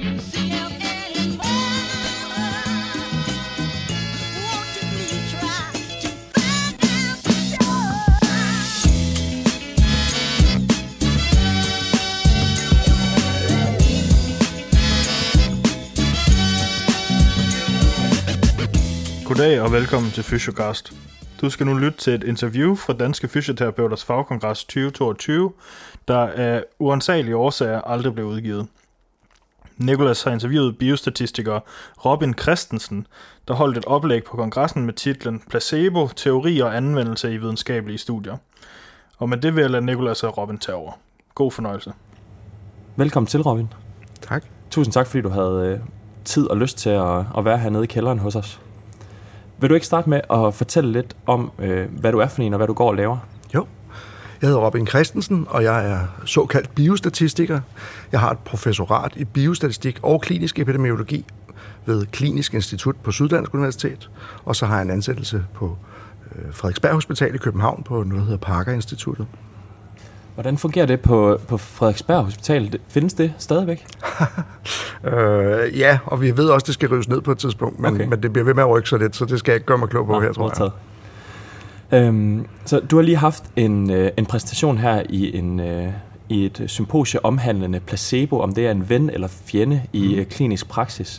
Goddag og velkommen til Fysiocast. Du skal nu lytte til et interview fra Danske Fysioterapeuters Fagkongres 2022, der af uansagelige årsager aldrig blev udgivet. Nicolas har interviewet biostatistiker Robin Christensen, der holdt et oplæg på kongressen med titlen Placebo, teori og anvendelse i videnskabelige studier. Og med det vil jeg lade Nicolas og Robin tage over. God fornøjelse. Velkommen til, Robin. Tak. Tusind tak, fordi du havde tid og lyst til at være hernede i kælderen hos os. Vil du ikke starte med at fortælle lidt om, hvad du er for en, og hvad du går og laver? Jo. Jeg hedder Robin Christensen, og jeg er såkaldt biostatistiker. Jeg har et professorat i biostatistik og klinisk epidemiologi ved Klinisk Institut på Syddansk Universitet. Og så har jeg en ansættelse på Frederiksberg Hospital i København på noget, der hedder Parker Instituttet. Hvordan fungerer det på Frederiksberg Hospital? Findes det stadigvæk? Ja, og vi ved også, at det skal rives ned på et tidspunkt, men det bliver ved med at rykke sig lidt, så det skal jeg ikke gøre mig klog på her, tror jeg. Så du har lige haft en præsentation her i et symposie omhandlende placebo, om det er en ven eller fjende i klinisk praksis.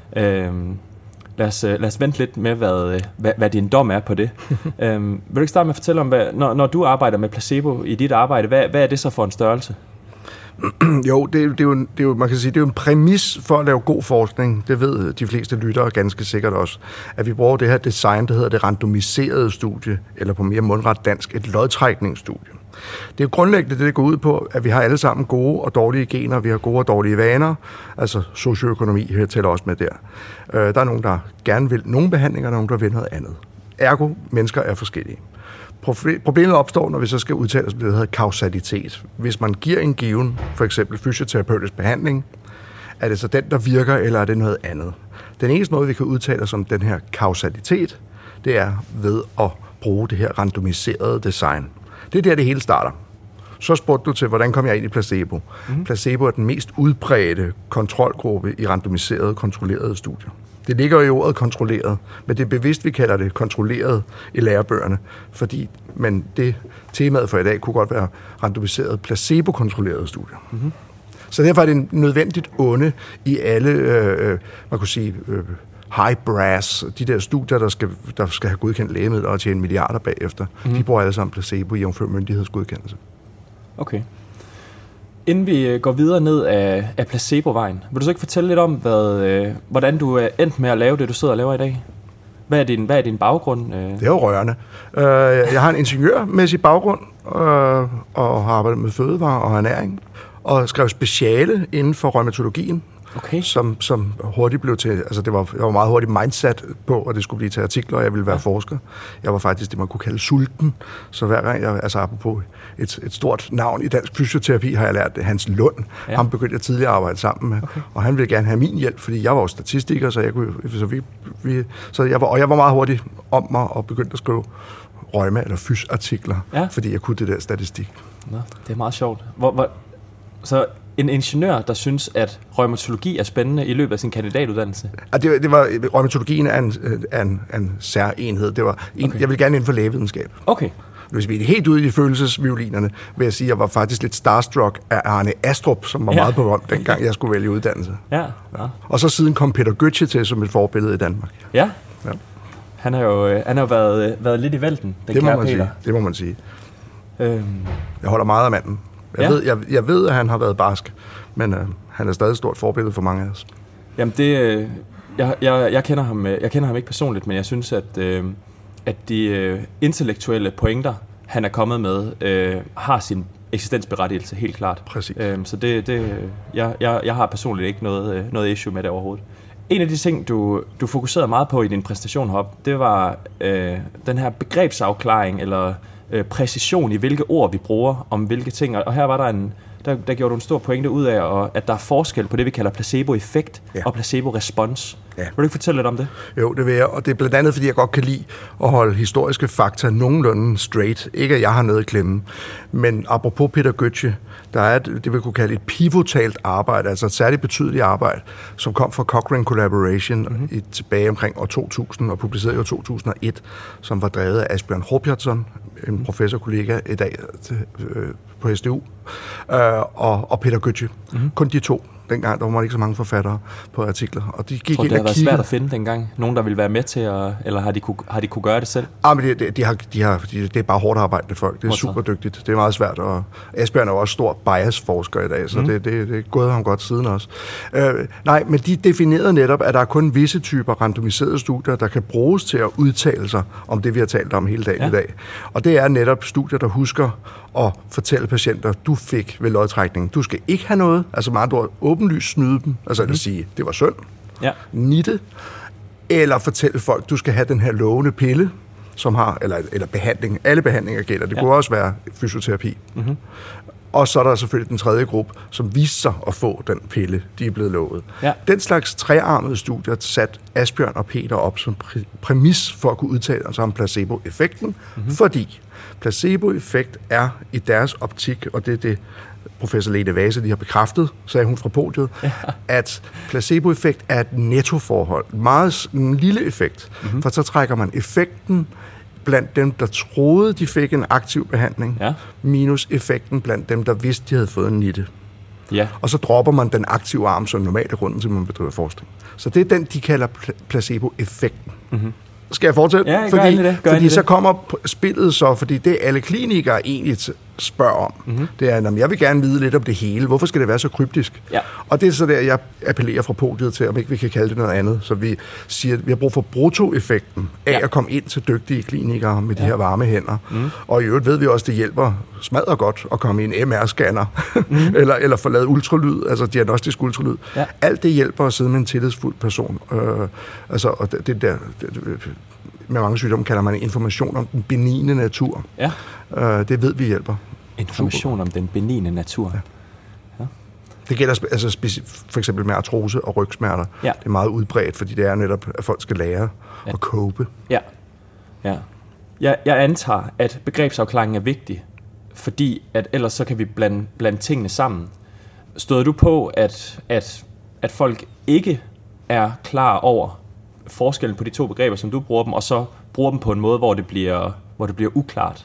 Lad os vente lidt med, hvad din dom er på det. Vil du ikke starte med at fortælle om, når du arbejder med placebo i dit arbejde, hvad er det så for en størrelse? Jo, det er jo, man kan sige, det er jo en præmis for at lave god forskning. Det ved de fleste lyttere ganske sikkert også. At vi bruger det her design, der hedder det randomiserede studie, eller på mere mundret dansk, et lodtrækningsstudie. Det er jo grundlæggende det går ud på, at vi har alle sammen gode og dårlige gener, vi har gode og dårlige vaner, altså socioøkonomi her tæller også med der. Der er nogen, der gerne vil nogle behandlinger, og nogen, der vil noget andet. Ergo, mennesker er forskellige. Problemet opstår, når vi så skal udtale os om det, der hedder kausalitet. Hvis man giver en given, for eksempel fysioterapeutisk behandling, er det så den, der virker, eller er det noget andet? Den eneste måde, vi kan udtale os om den her kausalitet, det er ved at bruge det her randomiserede design. Det er der, det hele starter. Så spurgte du til, hvordan kom jeg ind i placebo? Placebo er den mest udbredte kontrolgruppe i randomiserede, kontrollerede studier. Det ligger jo i ordet kontrolleret, men det er bevidst, vi kalder det kontrolleret i lærebøgerne, men det temaet for i dag kunne godt være randomiseret placebo-kontrollerede studier. Mm-hmm. Så derfor er det nødvendigt onde i alle, man kunne sige, high brass, de der studier, der skal have godkendt lægemidler og tjene milliarder bagefter. Mm-hmm. De bruger alle sammen placebo i omfør myndighedsgodkendelse. Okay. Inden vi går videre ned af placebo-vejen, vil du så ikke fortælle lidt om, hvordan du er endt med at lave det, du sidder og laver i dag? Hvad er din baggrund? Det er jo rørende. Jeg har en ingeniørmæssig baggrund og har arbejdet med fødevarer og ernæring, og skrev speciale inden for rheumatologien. Okay. Som hurtigt blev til, altså jeg var meget hurtigt mindset på, at det skulle blive til artikler, og jeg ville være forsker. Jeg var faktisk det, man kunne kalde sulten, så hver gang jeg, altså apropos et stort navn i dansk fysioterapi, har jeg lært det, Hans Lund. Ja. Ham begyndte jeg tidligere at arbejde sammen med, og han ville gerne have min hjælp, fordi jeg var jo statistiker, så jeg var meget hurtigt om mig og begyndte at skrive rheuma- eller fysartikler, fordi jeg kunne det der statistik. Nå, det er meget sjovt. Så en ingeniør, der synes, at rheumatologi er spændende i løbet af sin kandidatuddannelse? Rheumatologien er en særenhed. Jeg vil gerne inden for lægevidenskab. Okay. Hvis vi er helt ude i følelsesviolinerne, vil jeg sige, at jeg var faktisk lidt starstruck af Arne Astrup, som var meget på dengang jeg skulle vælge uddannelse. Ja. Og så siden kom Peter Gøtzsche til som et forbillede i Danmark. Ja. Han har jo været lidt i vælten, det må man sige. Jeg holder meget af manden. Jeg ved, at han har været barsk, men han er stadig et stort forbillede for mange af os. Jamen jeg kender ham ikke personligt, men jeg synes, at de intellektuelle pointer, han er kommet med, har sin eksistensberettigelse helt klart. Præcis. Så jeg har personligt ikke noget issue med det overhovedet. En af de ting, du fokuserede meget på i din præsentation heroppe, det var den her begrebsafklaring, eller præcision i, hvilke ord vi bruger om hvilke ting. Og her var der gjorde du en stor pointe ud af, at der er forskel på det, vi kalder placebo-effekt og placebo-respons. Ja. Vil du ikke fortælle lidt om det? Jo, det vil jeg, og det er blandt andet, fordi jeg godt kan lide at holde historiske fakta nogenlunde straight. Ikke, at jeg har noget at klemme. Men apropos Peter Gøtzsche, der er det, vi kunne kalde et pivotalt arbejde, altså et særligt betydeligt arbejde, som kom fra Cochrane Collaboration tilbage omkring år 2000 og publiceret i år 2001, som var drevet af Asbjørn Hrorbjardsson, en professorkollega i dag på SDU, og Peter Gøtzsche. Kun de to. Dengang der var ikke så mange forfattere på artikler. Og de gik tror, det har været svært at finde dengang? Nogen, der ville være med til, eller har de kunne gøre det selv? Men det er bare hårdt arbejdende folk. Det er super dygtigt. Det er meget svært. Og Asbjørn er jo også stor bias-forsker i dag, så det er gået ham godt siden også. Nej, men de definerede netop, at der er kun visse typer randomiserede studier, der kan bruges til at udtale sig om det, vi har talt om hele dagen i dag. Og det er netop studier, der husker at fortælle patienter, du fik ved lodtrækning. Du skal ikke have noget, altså med andre ord åbenlyst snyde dem, altså at sige, det var synd, nitte, eller fortælle folk, du skal have den her lovende pille, som har, eller behandling, alle behandlinger gælder, det kunne også være fysioterapi. Og så er der selvfølgelig den tredje gruppe, som viste sig at få den pille, de er blevet lovet. Ja. Den slags trearmede studier sat Asbjørn og Peter op som præmis for at kunne udtale sig om placeboeffekten, fordi placeboeffekt er i deres optik, og det er det professor Lene Vase lige har bekræftet, sagde hun fra podiet, at placeboeffekt er et nettoforhold, en lille effekt, for så trækker man effekten blandt dem, der troede, de fik en aktiv behandling, minus effekten blandt dem, der vidste, de havde fået en nitte. Ja. Og så dropper man den aktive arm, som normalt er grunden til, at man bedriver forskning. Så det er den, de kalder placeboeffekten. Skal jeg fortsætte? Ja, fordi så kommer spillet så, fordi det alle klinikere egentlig spørger om, det er, at jeg vil gerne vide lidt om det hele. Hvorfor skal det være så kryptisk? Ja. Og det er så der, jeg appellerer fra podiet til, om ikke vi kan kalde det noget andet. Så vi siger, at vi har brug for bruttoeffekten af at komme ind til dygtige klinikere med de her varme hænder. Og i øvrigt ved vi også, at det hjælper smadret godt at komme i en MR-scanner, eller få lavet ultralyd, altså diagnostisk ultralyd. Ja. Alt det hjælper at sidde med en tillidsfuld person. Og det der... med mange sygdomme kalder man information om den benigne natur. Ja. Det ved vi hjælper. Information om den benigne natur. Ja. Det gælder for eksempel med artrose og rygsmerter. Ja. Det er meget udbredt, fordi det er netop, at folk skal lære at cope. Ja. Jeg antager, at begrebsafklaringen er vigtig, fordi at ellers så kan vi blande tingene sammen. Støder du på, at folk ikke er klar over forskellen på de to begreber, som du bruger dem, og så bruger dem på en måde, hvor det bliver uklart?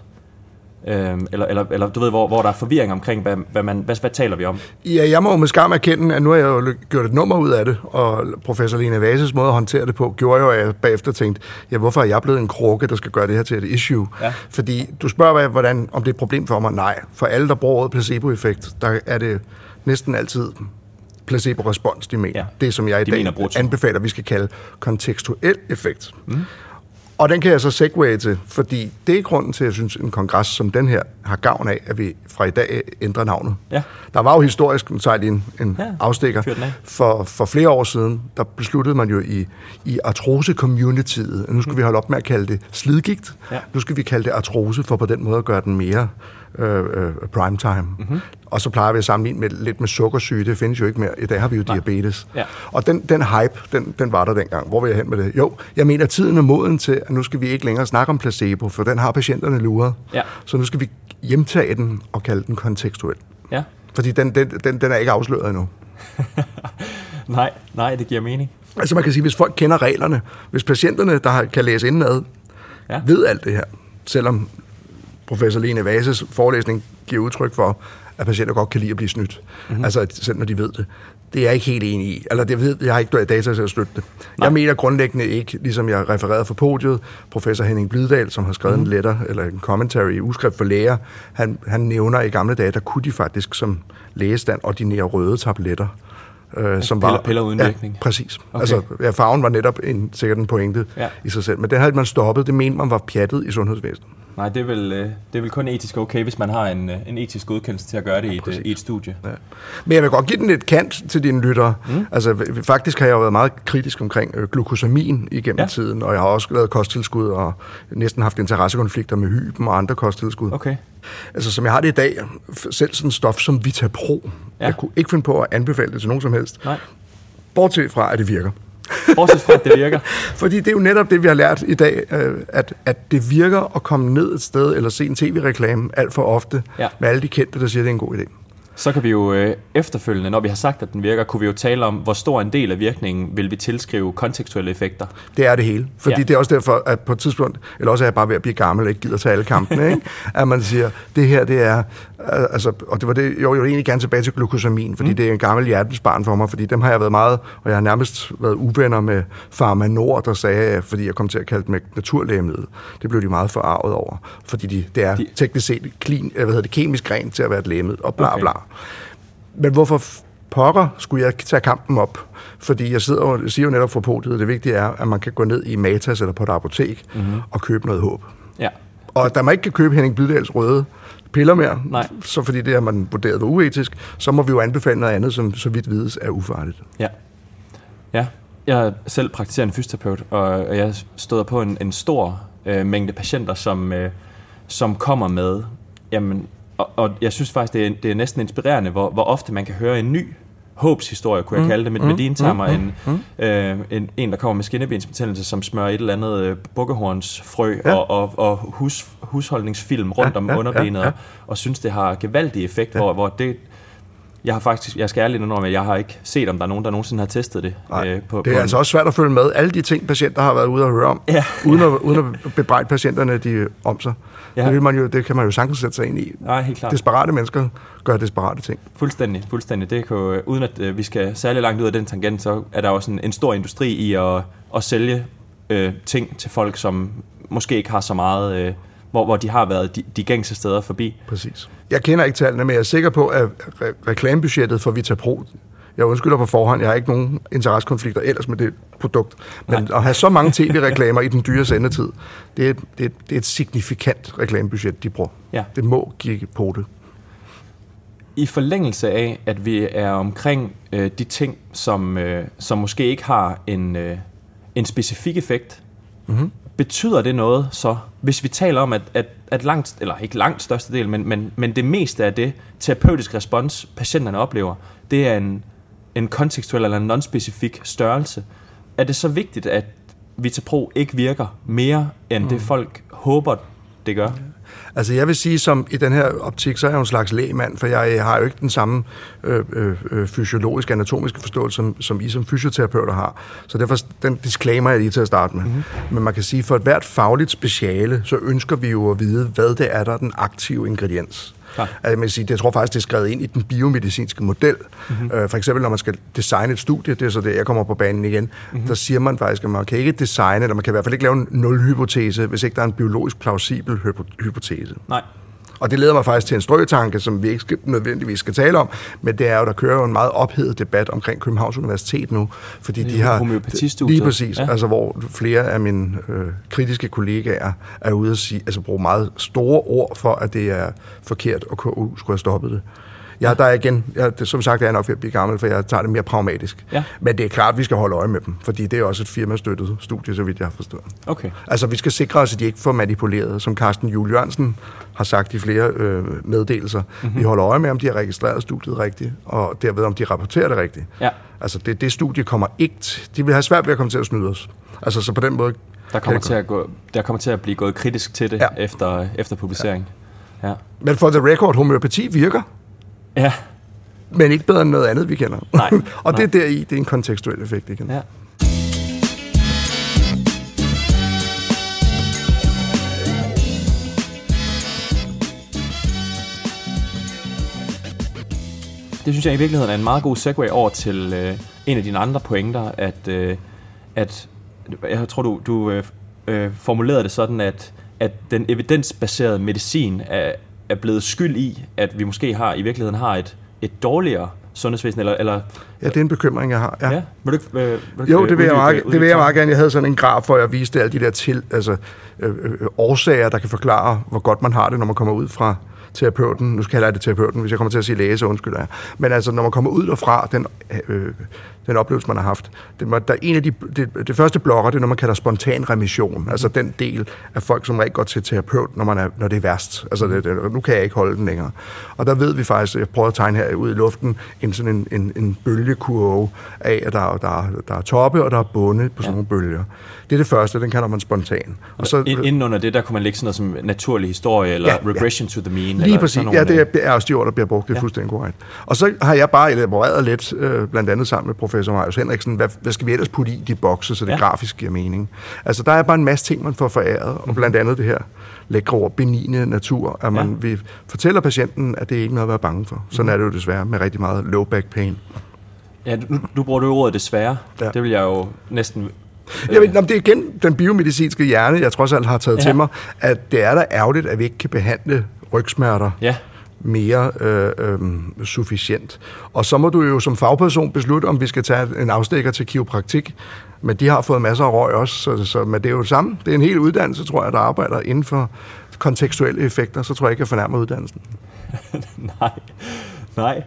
Eller du ved, hvor der er forvirring omkring, hvad taler vi om? Ja, jeg må jo med skam erkende, at nu har jeg jo gjort et nummer ud af det, og professor Lene Vases måde at håndtere det på, gjorde jo, at jeg bagefter tænkte, hvorfor er jeg blevet en krukke, der skal gøre det her til et issue? Ja. Fordi du spørger, om det er et problem for mig? Nej. For alle, der bruger ordet placeboeffekt, der er det næsten altid placebo-respons, de mener. Ja. Det, som jeg i dag anbefaler, vi skal kalde kontekstuel effekt. Og den kan jeg så segue til, fordi det er grunden til, at jeg synes, en kongres som den her har gavn af, at vi fra i dag ændrer navnet. Ja. Der var jo historisk, nu tager jeg en afstikker, for flere år siden, der besluttede man jo i artrose-communityet, at nu skal vi holde op med at kalde det slidgigt, nu skal vi kalde det artrose, for på den måde at gøre den mere primetime. Og så plejer vi at sammenligne lidt med sukkersyge, det findes jo ikke mere. I dag har vi jo diabetes. Ja. Og den hype, den var der dengang. Hvor vil jeg hen med det? Jo, jeg mener, tiden er moden til, at nu skal vi ikke længere snakke om placebo, for den har patienterne luret. Ja. Så nu skal vi hjemtage den og kalde den kontekstuel. Ja. Fordi den er ikke afsløret endnu. Nej, det giver mening. Altså man kan sige, hvis folk kender reglerne, hvis patienterne, der kan læse indenad, ved alt det her, selvom professor Lene Vases forelæsning giver udtryk for, at patienter godt kan lide at blive snydt. Altså selv når de ved det. Det er jeg ikke helt enig i. Eller jeg har ikke data til at støtte det. Nej. Jeg mener grundlæggende ikke, ligesom jeg refererede fra podiet, professor Henning Blidal, som har skrevet en letter, eller en commentary i Ugeskrift for læger, han nævner i gamle dage, der kunne de faktisk som lægestand ordinere røde tabletter. Som piller uden virkning? Ja, præcis. Okay. Altså, farven var netop sikkert en pointe i sig selv. Men det havde man stoppet. Det mente man var pjattet i sundhedsvæsenet. Nej, det er vel kun etisk okay, hvis man har en etisk godkendelse til at gøre det i et studie. Ja. Men jeg vil godt give den et kant til dine lyttere. Altså, faktisk har jeg jo været meget kritisk omkring glukosamin igennem tiden, og jeg har også lavet kosttilskud og næsten haft interessekonflikter med hyben og andre kosttilskud. Okay. Altså, som jeg har det i dag, selv sådan stof som Vitapro. Jeg kunne ikke finde på at anbefale det til nogen som helst. Nej. Bortset fra, at det virker. Bortset fra, at det virker. Fordi det er jo netop det, vi har lært i dag, at det virker at komme ned et sted eller se en tv-reklame alt for ofte med alle de kendte, der siger, at det er en god idé. Så kan vi jo efterfølgende, når vi har sagt, at den virker, kunne vi jo tale om, hvor stor en del af virkningen vil vi tilskrive kontekstuelle effekter. Det er det hele. Fordi det er også derfor, at på et tidspunkt, eller også er jeg bare ved at blive gammel og ikke gider tage alle kampene, ikke? At man siger, det her, det er... Altså, og det var det, jeg vil egentlig gerne tilbage til glucosamin, fordi det er en gammel hjertesbarn for mig, fordi dem har jeg været meget, og jeg har nærmest været uvenner med Pharma Nord, der sagde, fordi jeg kom til at kalde dem naturlægemiddel. Det blev de meget forarvet over, fordi det er teknisk set kemisk rent til at være et lægemiddel, og bla bla. Men hvorfor pokker skulle jeg tage kampen op? Fordi jeg siger jo netop fra podiet, det vigtige er, at man kan gå ned i Matas eller på et apotek og købe noget håb. Ja. Og da man ikke kan købe Henning Bydals røde piller mere, så fordi det har man vurderet var uetisk, så må vi jo anbefale noget andet, som så vidt vides er ufarligt. Ja. Ja. Jeg er selv praktiserende fysioterapeut, og jeg støder på en stor mængde patienter, som kommer med, jamen, og jeg synes faktisk, det er næsten inspirerende, hvor ofte man kan høre en ny håbshistorie, kunne jeg kalde det, med dine termer. En, der kommer med skinnebensbetændelse, som smører et eller andet bukkehornsfrø og husholdningsfilm rundt om underbenet, og synes, det har gevaldig effekt, hvor det... Jeg skal ærligt indrømme, at jeg har ikke set, om der er nogen, der nogensinde har testet det. Det er altså også svært at følge med. Alle de ting, patienter har været ude at høre om, uden at bebrejde patienterne de om sig. Ja. Det kan man jo sagtens sætte sig ind i. Nej, helt klart. Desperate mennesker gør desperate ting. Fuldstændig. Det kan jo, uden at vi skal særlig langt ud af den tangent, så er der også en stor industri i at sælge ting til folk, som måske ikke har så meget... Hvor de har været de gængse steder forbi. Præcis. Jeg kender ikke tallene, men jeg er sikker på, at reklamebudgettet for Vitapro, jeg undskylder på forhånd, jeg har ikke nogen interessekonflikter ellers med det produkt, men at have så mange tv-reklamer i den dyre sendetid, det er et signifikant reklamebudget, de bruger. Ja. Det må kigge på det. I forlængelse af, at vi er omkring de ting, som måske ikke har en specifik effekt, betyder det noget så, hvis vi taler om, at langt, eller ikke langt største del, men det meste af det terapeutiske respons, patienterne oplever, det er en kontekstuel eller en non-specifik størrelse. Er det så vigtigt, at Vitapro ikke virker mere, end det folk håber, det gør? Altså jeg vil sige, som i den her optik, så er jeg jo en slags lægmand, for jeg har jo ikke den samme fysiologiske, anatomiske forståelse, som I som fysioterapeuter har. Så derfor den disclaimer jeg lige til at starte med. Men man kan sige, for et hvert fagligt speciale, så ønsker vi jo at vide, hvad det er, der er den aktive ingrediens. Jeg tror faktisk, det er skrevet ind i den biomedicinske model. For eksempel, når man skal designe et studie, det er så det, jeg kommer på banen igen, der siger man faktisk, at man kan ikke designe, eller man kan i hvert fald ikke lave en nul-hypotese, hvis ikke der er en biologisk plausibel hypotese. Nej. Og det leder mig faktisk til en strøtanke, som vi ikke nødvendigvis skal tale om, men det er jo, der kører jo en meget ophedet debat omkring Københavns Universitet nu, fordi de har... Homøopatistudiet. Lige præcis, altså hvor flere af mine kritiske kollegaer er ude at sige, altså bruge meget store ord for, at det er forkert, og KU skulle have stoppet det. Som sagt er jeg nok ved at blive gammel, for jeg tager det mere pragmatisk. Ja. Men det er klart, at vi skal holde øje med dem, fordi det er også et firmastøttet studie, så vidt jeg har forstået. Okay. Altså, vi skal sikre os, at de ikke får manipuleret, som Carsten Juhl Jørgensen har sagt i flere meddelelser. Vi holder øje med, om de har registreret studiet rigtigt, og derved, om de rapporterer det rigtigt. Ja. Altså, det studie kommer ikke... De vil have svært ved at komme til at snyde os. Altså, så på den måde... Der kommer til at blive gået kritisk til det efter publicering. Ja. Men for the record, homøopati virker. Ja. Men ikke bedre end noget andet, vi kender. Nej. Og det er deri, det er en kontekstuel effekt igen. Ja. Det synes jeg i virkeligheden er en meget god segue over til en af dine andre pointer, at jeg tror, du formulerede det sådan, at den evidensbaserede medicin er blevet skyld i, at vi måske i virkeligheden har et dårligere sundhedsvæsen, eller... Ja, det er en bekymring, jeg har. Ja. Vil du det vil jeg meget gerne. Jeg havde sådan en graf, hvor jeg viste alle de der årsager, der kan forklare, hvor godt man har det, når man kommer ud fra terapeuten, nu skal jeg det terapeuten, hvis jeg kommer til at sige læge, så undskylder jeg. Men altså, når man kommer ud derfra, den oplevelse, man har haft, der er en af det første blokker, det er, når man kalder spontan remission. Altså den del af folk, som rigtig går til terapeut, når det er værst. Altså, nu kan jeg ikke holde den længere. Og der ved vi faktisk, jeg prøver at tegne her ud i luften, en bølgekurve af, at der er toppe, og der er bunde på sådan nogle bølger. Det er det første, den kalder man spontan. Og så, inden under det, der kunne man lægge sådan noget som naturlig historie, eller regression to the mean. Lige eller præcis. Nogle, det er også de ord, der bliver brugt. Det er fuldstændig korrekt. Og så har jeg bare elaboreret lidt, blandt andet sammen med professor Marius Henriksen, hvad skal vi ellers putte i de bokse, så det grafisk giver mening. Altså, der er bare en masse ting, man får foræret, og blandt andet det her lækre ord, benigne natur, at man vil fortælle patienten, at det ikke er noget at være bange for. Sådan er det jo desværre med rigtig meget low back pain. Ja, nu bruger du ordet desværre. Ja. Det vil jeg jo næsten... Det er igen den biomedicinske hjerne, jeg trods alt har taget til mig, at det er da ærgerligt, at vi ikke kan behandle rygsmerter mere sufficient. Og så må du jo som fagperson beslutte, om vi skal tage en afstikker til kiropraktik, men de har fået masser af røg også, men det er jo det samme. Det er en hel uddannelse, tror jeg, der arbejder inden for kontekstuelle effekter, så tror jeg ikke, jeg fornærmer uddannelsen. Nej.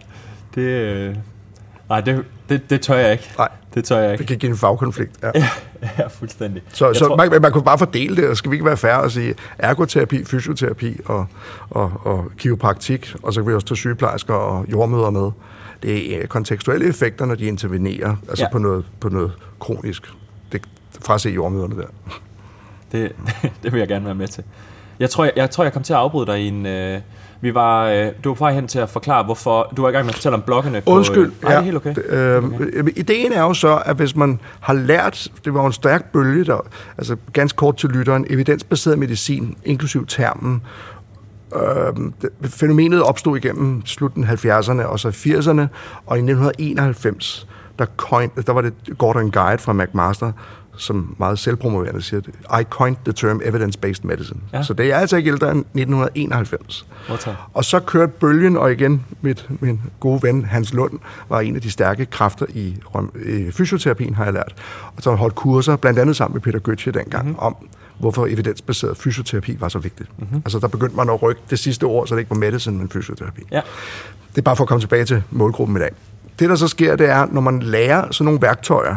Det tør jeg ikke. Nej. Det tør jeg ikke. Det kan give en fagkonflikt. Ja, fuldstændig. Så man kunne bare fordele det, og skal vi ikke være færre og sige ergoterapi, fysioterapi og kiropraktik, og så kan vi også tage sygeplejersker og jordmøder med. Det er kontekstuelle effekter, når de intervenerer, altså på noget kronisk. Det fra at se jordmøderne der. Det vil jeg gerne være med til. Jeg tror, jeg kom til at afbryde dig i en... Du var på vej hen til at forklare, hvorfor... Du var i gang med at fortælle om bloggene på... Undskyld. Det er helt okay. Ideen er jo så, at hvis man har lært... Det var en stærk bølge, der... Altså ganske kort til lytteren. Evidensbaseret medicin, inklusiv termen. Fænomenet opstod igennem slutningen af 70'erne og så 80'erne. Og i 1991, der var det Gordon Guide fra McMaster, som meget selvpromoverende siger det. I coined the term evidence-based medicine. Ja. Så det er altså ikke ældre end 1991. Okay. Og så kørte bølgen, og igen min gode ven Hans Lund var en af de stærke kræfter i fysioterapien, har jeg lært. Og så holdt kurser, blandt andet sammen med Peter Gøtzsche dengang, om hvorfor evidensbaseret fysioterapi var så vigtigt. Altså der begyndte man at rykke det sidste år, så det ikke var medicine, men fysioterapi. Ja. Det er bare for at komme tilbage til målgruppen i dag. Det, der så sker, det er, når man lærer sådan nogle værktøjer,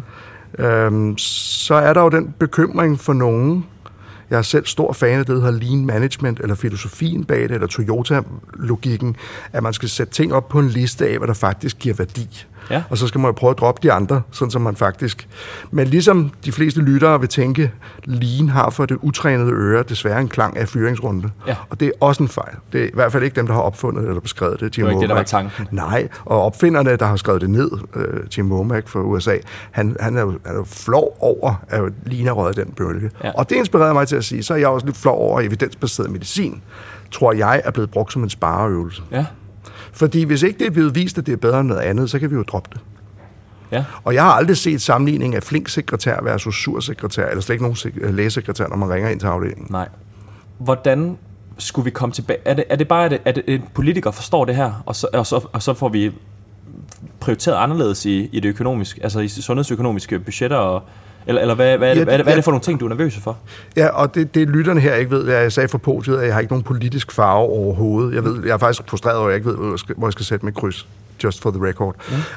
så er der jo den bekymring for nogen. Jeg er selv stor fan af det, der hedder lean management, eller filosofien bag det, eller Toyota-logikken, at man skal sætte ting op på en liste af, hvad der faktisk giver værdi. Ja. Og så skal man jo prøve at droppe de andre, sådan som man faktisk... Men ligesom de fleste lyttere vil tænke, lean har for det utrænede øre desværre en klang af fyringsrunde. Ja. Og det er også en fejl. Det er i hvert fald ikke dem, der har opfundet eller beskrevet det. Det var ikke det, der var tanken. Nej, og opfinderne, der har skrevet det ned, Jim Womack fra USA, han er jo flov over, at lean er røget den bølge. Ja. Og det inspirerede mig til at sige, så er jeg også lidt flov over evidensbaseret medicin, tror jeg er blevet brugt som en spareøvelse. Ja. Fordi hvis ikke det er blevet vist, at det er bedre end noget andet, så kan vi jo droppe det. Ja. Og jeg har aldrig set sammenligning af flink sekretær versus sur sekretær, eller slet ikke nogen lægesekretær, når man ringer ind til afdelingen. Nej. Hvordan skulle vi komme tilbage? Er det bare, at en politiker forstår det her, og så får vi prioriteret anderledes i det økonomiske, altså i sundhedsøkonomiske budgetter, eller hvad er det for nogle ting, du er nervøs for? Ja, og det lytterne her ikke ved, jeg sagde for podiet, at jeg har ikke nogen politisk farve overhovedet. Jeg er faktisk frustreret over, at jeg ikke ved, hvor jeg skal sætte mit kryds. Just for the record.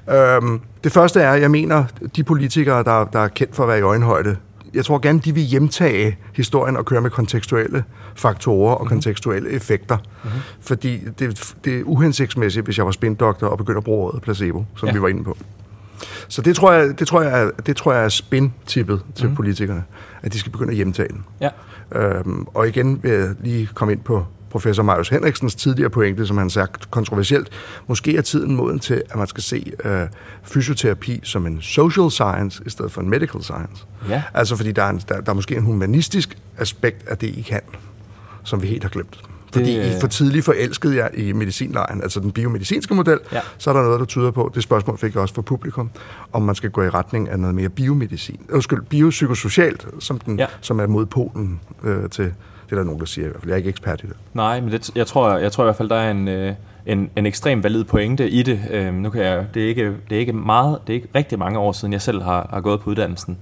Det første er, jeg mener, de politikere, der er kendt for at være i øjenhøjde, jeg tror gerne, de vil hjemtage historien og køre med kontekstuelle faktorer og kontekstuelle effekter. Fordi det er uhensigtsmæssigt, hvis jeg var spindoktor og begyndte at bruge ordet placebo, som vi var inde på. Så det tror jeg er spin-tippet til politikerne, at de skal begynde at hjemtage den. Ja. Og igen vil jeg lige komme ind på professor Marius Henriksens tidligere pointe, som han sagde kontroversielt. Måske er tiden moden til, at man skal se fysioterapi som en social science, i stedet for en medical science. Ja. Altså fordi der er måske en humanistisk aspekt af det, I kan, som vi helt har glemt. Fordi I for tidligt forelskede jer i medicinlejen, altså den biomedicinske model, så er der noget, der tyder på, det spørgsmål fik jeg også fra publikum, om man skal gå i retning af noget mere biomedicin. Biopsykosocialt, som er modpolen til... Det er der nogen, der siger i hvert fald. Jeg er ikke ekspert i det. Nej, men jeg tror i hvert fald, der er en ekstrem valid pointe i det. Det er ikke rigtig mange år siden, jeg selv har gået på uddannelsen.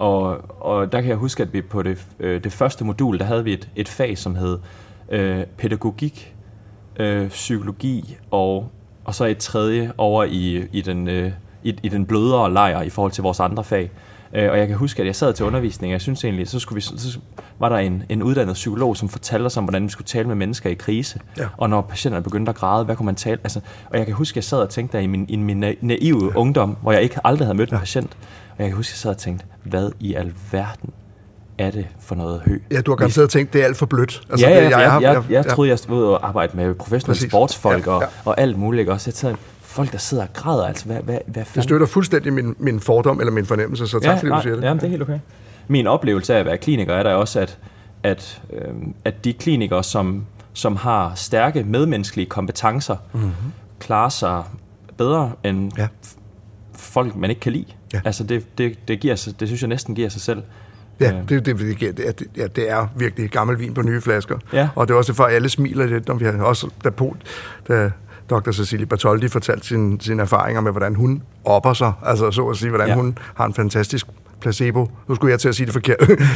Og der kan jeg huske, at vi på det første modul, der havde vi et fag, som hed pædagogik psykologi, og så et tredje over i den blødere lejr i forhold til vores andre fag. Og jeg kan huske, at jeg sad til undervisning, og jeg synes egentlig, så var der en uddannet psykolog, som fortalte os om, hvordan vi skulle tale med mennesker i krise. Ja. Og når patienterne begyndte at græde, hvad kunne man tale? Altså, og jeg kan huske, at jeg sad og tænkte der i min naive ungdom, hvor jeg aldrig havde mødt en patient. Og jeg kan huske, at jeg sad og tænkte, hvad i alverden er det for noget hø? Ja, du har garanteret tænkt, det er alt for blødt. Altså, jeg troede, jeg stod og arbejde med professionelle sportsfolk og alt muligt. Også jeg tænkte, folk, der sidder og græder, altså hvad fanden? Det støtter fuldstændig min fordom eller min fornemmelse, så tak fordi du siger det. Jamen, det er helt okay. Min oplevelse af at være kliniker er der også, at de klinikere, som har stærke medmenneskelige kompetencer, klarer sig bedre end folk, man ikke kan lide. Ja. Altså, det synes jeg næsten giver sig selv. Ja, det er virkelig gammel vin på nye flasker. Ja. Og det er også for, at alle smiler lidt, når vi har også, da Dr. Cecilie Bartholdi fortalte sine erfaringer med, hvordan hun opper sig, altså så at sige, hvordan hun har en fantastisk placebo. Nu skulle jeg til at sige det forkert.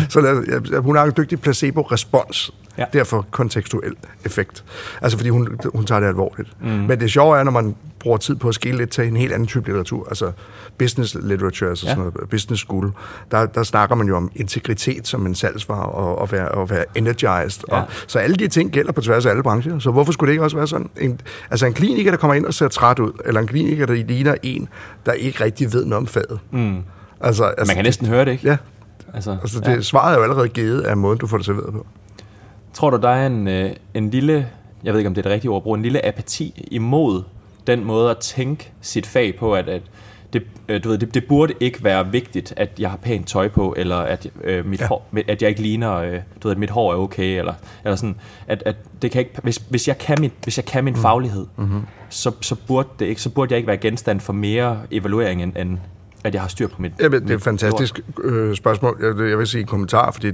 Så hun har en dygtig placebo-respons. Ja. Derfor kontekstuel effekt. Altså fordi hun tager det alvorligt. Men det sjove er, når man bruger tid på at skille lidt til en helt anden type litteratur, altså business literature, altså sådan noget, business school, der snakker man jo om integritet som en salgsvare og være energized. Ja. Så alle de ting gælder på tværs af alle brancher. Så hvorfor skulle det ikke også være sådan? En kliniker, der kommer ind og ser træt ud, eller en kliniker, der ligner en, der ikke rigtig ved noget om faget. Altså, man kan næsten høre det, ikke? Ja. Altså svaret er jo allerede givet af måden, du får det serveret på. Tror du, der er en lille, jeg ved ikke, om det er det rigtige ord at bruge, en lille apati imod den måde at tænke sit fag på, at det burde ikke være vigtigt, at jeg har pænt tøj på, eller at at jeg ikke ligner, mit hår er okay, eller sådan, at det kan ikke, hvis jeg kan min faglighed, så burde jeg ikke være genstand for mere evaluering end at jeg har styr på mit... Ja, det er et fantastisk spørgsmål. Jeg vil sige en kommentar, fordi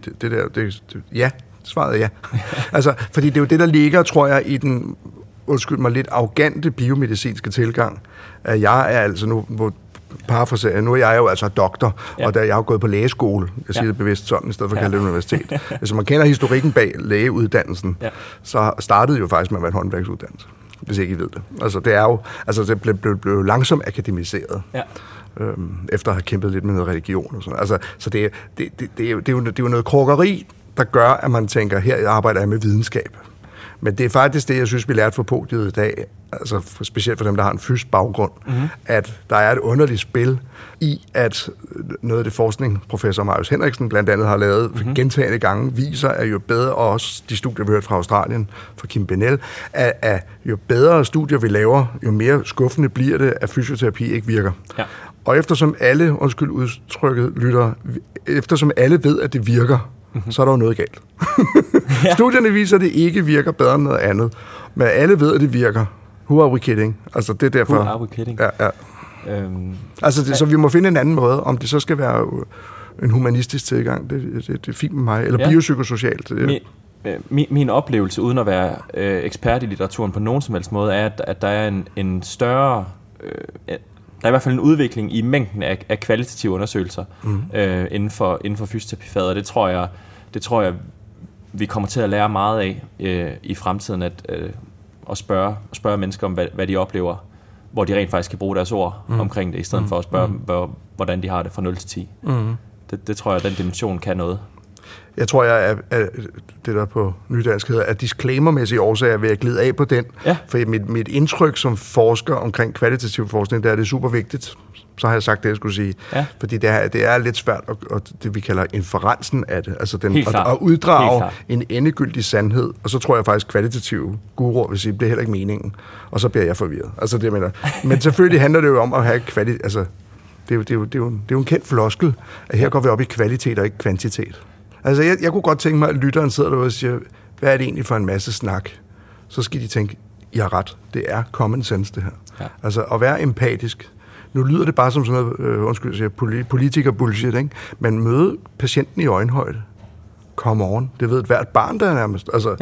svaret er ja. Altså, fordi det er jo det, der ligger, tror jeg, i den, lidt arrogante biomedicinske tilgang. At jeg er altså nu, nu er jeg jo altså doktor, og jeg har gået på lægeskole, jeg siger det bevidst sådan, i stedet for at kalde det universitet. Altså, man kender historikken bag lægeuddannelsen, så startede jo faktisk med at være en håndværksuddannelse, hvis ikke I ved det. Altså, det er jo, det blev langsomt akademiseret. Ja. Efter at have kæmpet lidt med noget religion og sådan. Altså, så det er jo noget krukkeri, der gør, at man tænker, her arbejder jeg med videnskab. Men det er faktisk det, jeg synes, vi lærte fra podiet i dag, altså specielt for dem, der har en fysisk baggrund, at der er et underligt spil i, at noget af det forskning, professor Marius Henriksen blandt andet har lavet gentagne gange, viser, at jo bedre, og også de studier, vi hørte fra Australien, fra Kim Benell, at jo bedre studier vi laver, jo mere skuffende bliver det, at fysioterapi ikke virker. Ja. Og eftersom alle, udtrykket lytter, eftersom alle ved, at det virker, så er der jo noget galt. Studierne viser, at det ikke virker bedre end noget andet. Men alle ved, at det virker. Who are we kidding? Altså, det er derfor... Who are we kidding? Ja. Så vi må finde en anden måde, om det så skal være en humanistisk tilgang. Det er fint med mig. Eller biopsykosocialt. Min oplevelse, uden at være ekspert i litteraturen på nogen som helst måde, er, at der er en større... Der er i hvert fald en udvikling i mængden af kvalitative undersøgelser inden for fysioterapifaget, og det tror jeg, vi kommer til at lære meget af i fremtiden, at spørge mennesker om, hvad de oplever, hvor de rent faktisk kan bruge deres ord omkring det, i stedet for at spørge, hvordan de har det fra 0 til 10. Det tror jeg, den dimension kan noget. Jeg tror, at det der på nydansk hedder, at disclaimermæssige årsager vil jeg glide af på den. Ja. For mit indtryk som forsker omkring kvalitativ forskning, der er det super vigtigt. Så har jeg sagt det, jeg skulle sige. Ja. Fordi det er lidt svært, og det vi kalder inferensen af det. Altså at uddrage en endegyldig sandhed. Og så tror jeg faktisk, kvalitative guruer vil sige, det er heller ikke meningen. Og så bliver jeg forvirret. Altså det mener. Men selvfølgelig handler det jo om at have kvalitet. Altså, det er jo en kendt floskel, at her går vi op i kvalitet og ikke kvantitet. Altså, jeg kunne godt tænke mig, at lytteren sidder derude og siger, hvad er det egentlig for en masse snak? Så skal de tænke, I har ret. Det er common sense, det her. Ja. Altså, at være empatisk. Nu lyder det bare som sådan noget, politiker-bullshit, ikke? Men møde patienten i øjenhøjde. Come on. Det ved et hvert barn, der er nærmest. Altså,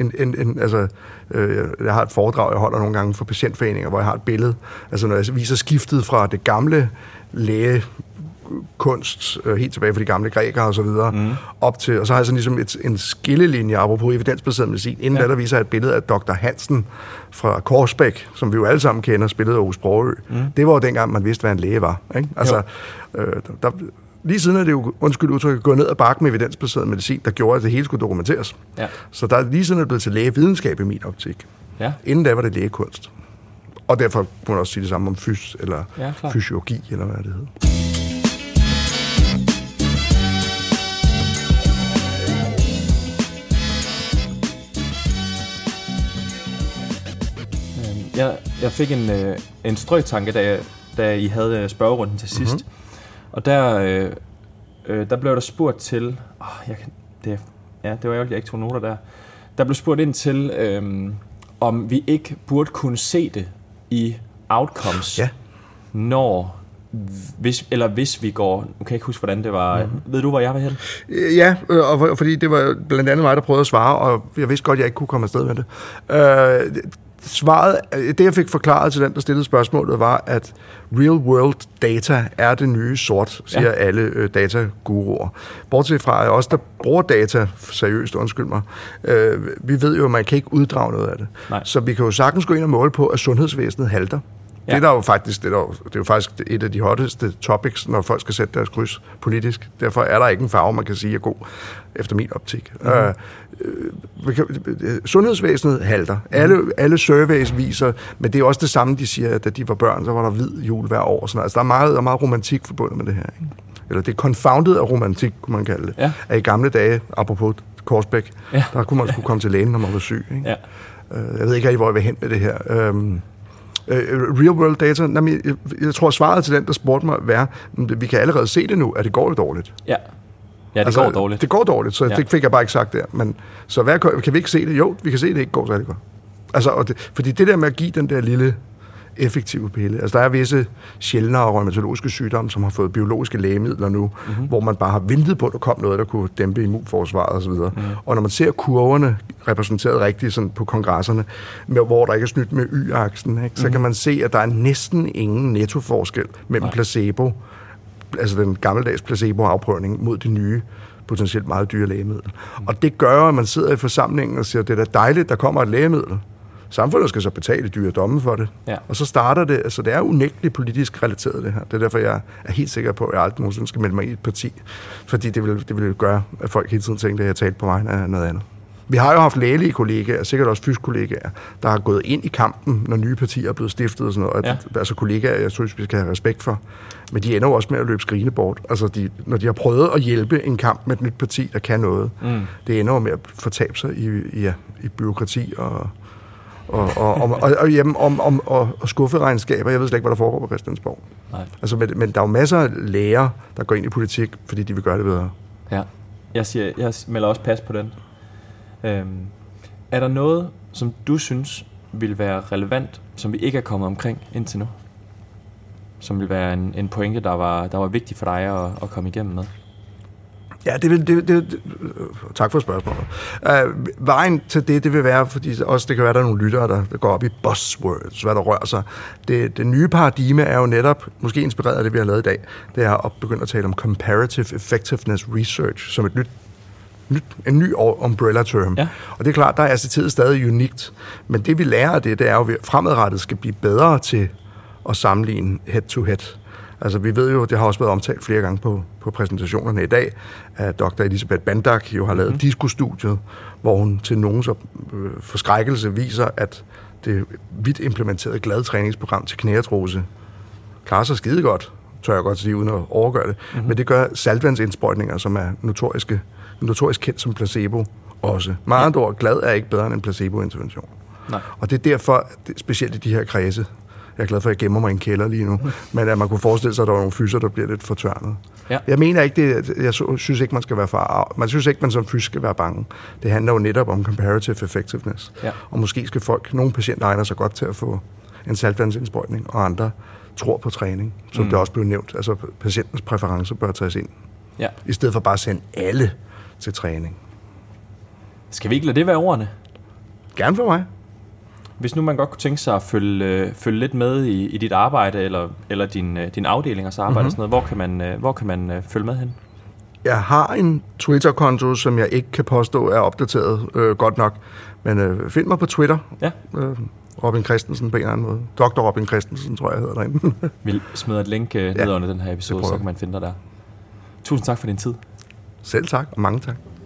jeg har et foredrag, jeg holder nogle gange for patientforeninger, hvor jeg har et billede. Altså, når jeg viser skiftet fra det gamle læge kunst, helt tilbage fra de gamle grækere og så videre, op til, og så har jeg sådan ligesom en skillelinje, apropos evidensbaseret medicin. Inden der viser jeg et billede af Dr. Hansen fra Korsbæk, som vi jo alle sammen kender, spillede af Aarhus Brogø. Det var jo dengang, man vidste, hvad en læge var. Ikke? Altså, lige siden er det jo, undskyld udtryk, gået ned ad bakken med evidensbaseret medicin, der gjorde, at det hele skulle dokumenteres. Ja. Så der lige siden er det blevet til lægevidenskab i min optik. Ja. Inden da var det lægekunst. Og derfor kunne man også sige det samme om eller fysiologi, eller hvad det hedder. Jeg fik en strøtanke, da I havde spørgerunden til sidst. Og der blev der spurgt til... det var ærgerligt, jeg ikke tog noter der. Der blev spurgt ind til, om vi ikke burde kunne se det i outcomes, når... Hvis vi går... Nu kan jeg ikke huske, hvordan det var. Ved du, hvor jeg var hen? Ja, og fordi det var blandt andet mig, der prøvede at svare, og jeg vidste godt, at jeg ikke kunne komme afsted med det. Svaret, det jeg fik forklaret til den, der stillede spørgsmålet, var, at real-world data er det nye sort, siger alle dataguruer. Bortset fra os, der bruger data seriøst, undskyld mig, vi ved jo, at man kan ikke uddrage noget af det. Nej. Så vi kan jo sagtens gå ind og måle på, at sundhedsvæsenet halter. Ja. Det er jo faktisk et af de hotteste topics, når folk skal sætte deres kryds politisk. Derfor er der ikke en farve, man kan sige er god, efter min optik. Sundhedsvæsenet halter. Alle surveys viser, men det er også det samme, de siger, at da de var børn, så var der hvid jul hver år. Sådan. Altså, der er meget romantik forbundet med det her. Ikke? Eller det er confounded af romantik, kunne man kalde det. Ja. At i gamle dage, apropos Korsbæk, der kunne man skulle komme til lægen, når man var syg. Ikke? Ja. Jeg ved ikke rigtig, hvor jeg vil hen med det her. Real world data, jeg tror svaret til den, der spurgte mig, være, vi kan allerede se det nu, at det går lidt dårligt. Ja, det går dårligt. Det går dårligt, så det fik jeg bare ikke sagt der. Men, så kan vi ikke se det? Jo, vi kan se, det ikke går særlig godt. Altså, fordi det der med at give den der lille effektive pille, altså der er visse sjældnere rheumatologiske sygdomme, som har fået biologiske lægemidler nu, hvor man bare har ventet på, at der kom noget, der kunne dæmpe immunforsvaret osv. Og når man ser kurverne repræsenteret rigtigt sådan på kongresserne, hvor der ikke er snydt med y-aksen, ikke, så kan man se, at der er næsten ingen nettoforskel mellem placebo, altså den gammeldags placebo-afprøvning, mod det nye, potentielt meget dyre lægemiddel. Og det gør, at man sidder i forsamlingen og siger, at det er da dejligt, der kommer et lægemiddel. Samfundet skal så betale dyre domme for det. Ja. Og så starter det, altså det er unægteligt politisk relateret det her. Det er derfor, jeg er helt sikker på, at jeg aldrig nogensinde skal melde mig i et parti. Fordi det vil gøre, at folk hele tiden tænker, at jeg har talt på vegne af noget andet. Vi har jo haft lægelige kollegaer, sikkert også fyskollegaer, der har gået ind i kampen, når nye partier er blevet stiftet og sådan noget. Altså kollegaer, jeg synes, vi skal have respekt for. Men de ender jo også med at løbe skrigende bort. Altså når de har prøvet at hjælpe en kamp med et nyt parti, der kan noget, det ender jo med at fortabe sig i byråkrati og skufferegnskaber. Jeg ved slet ikke, hvad der foregår på Christiansborg. Nej. Altså, men der er jo masser af læger, der går ind i politik, fordi de vil gøre det bedre. Ja, jeg melder også pas på den. Er der noget, som du synes vil være relevant, som vi ikke er kommet omkring indtil nu? Som vil være en pointe, der var vigtig for dig at komme igennem med? Ja, tak for spørgsmålet. Vejen til det vil være, fordi også det kan være, der er nogle lyttere, der går op i buzzwords, hvad der rører sig. Det nye paradigme er jo netop, måske inspireret af det, vi har lavet i dag, det er at begynde at tale om comparative effectiveness research, som en ny umbrella term. Ja. Og det er klart, der er assisteret stadig unikt, men det vi lærer af det er jo, at vi fremadrettet skal blive bedre til at sammenligne head-to-head. Altså vi ved jo, det har også været omtalt flere gange på præsentationerne i dag, at Dr. Elisabeth Bandak jo har lavet DISCO-studiet, hvor hun til nogens forskrækkelse viser, at det vidt implementerede glad træningsprogram til knæartrose klarer sig skide godt, tør jeg godt sige, uden at overgøre det. Men det gør saltvandsindsprøjtninger, som er notorisk kendt som placebo også. Med andre ord, glad er ikke bedre end en placebo-intervention. Nej. Og det er derfor, specielt i de her kredse, jeg er glad for, at jeg gemmer mig i en kælder lige nu, men at man kunne forestille sig, at der var nogle fyser, der bliver lidt fortørnet. Ja. Jeg mener ikke det. Jeg synes ikke, man skal være man synes ikke, man som fys skal være bange. Det handler jo netop om comparative effectiveness. Ja. Og måske skal nogle patienter egner sig godt til at få en saltvandsindsprøjtning, og andre tror på træning, som det også blev nævnt. Altså patientens præferencer bør tages ind. Ja. I stedet for bare at sende alle til træning. Skal vi ikke lade det være ordene? Gerne for mig. Hvis nu man godt kunne tænke sig at følge lidt med i dit arbejde, eller din afdelingers arbejde og sådan noget, hvor kan man følge med hen? Jeg har en Twitter-konto, som jeg ikke kan påstå er opdateret godt nok. Men find mig på Twitter. Ja. Robin Christensen på en eller anden måde. Dr. Robin Christensen, tror jeg hedder derinde. Vi smider et link ned under den her episode, så kan man finde dig der. Tusind tak for din tid. Selv tak, og mange tak.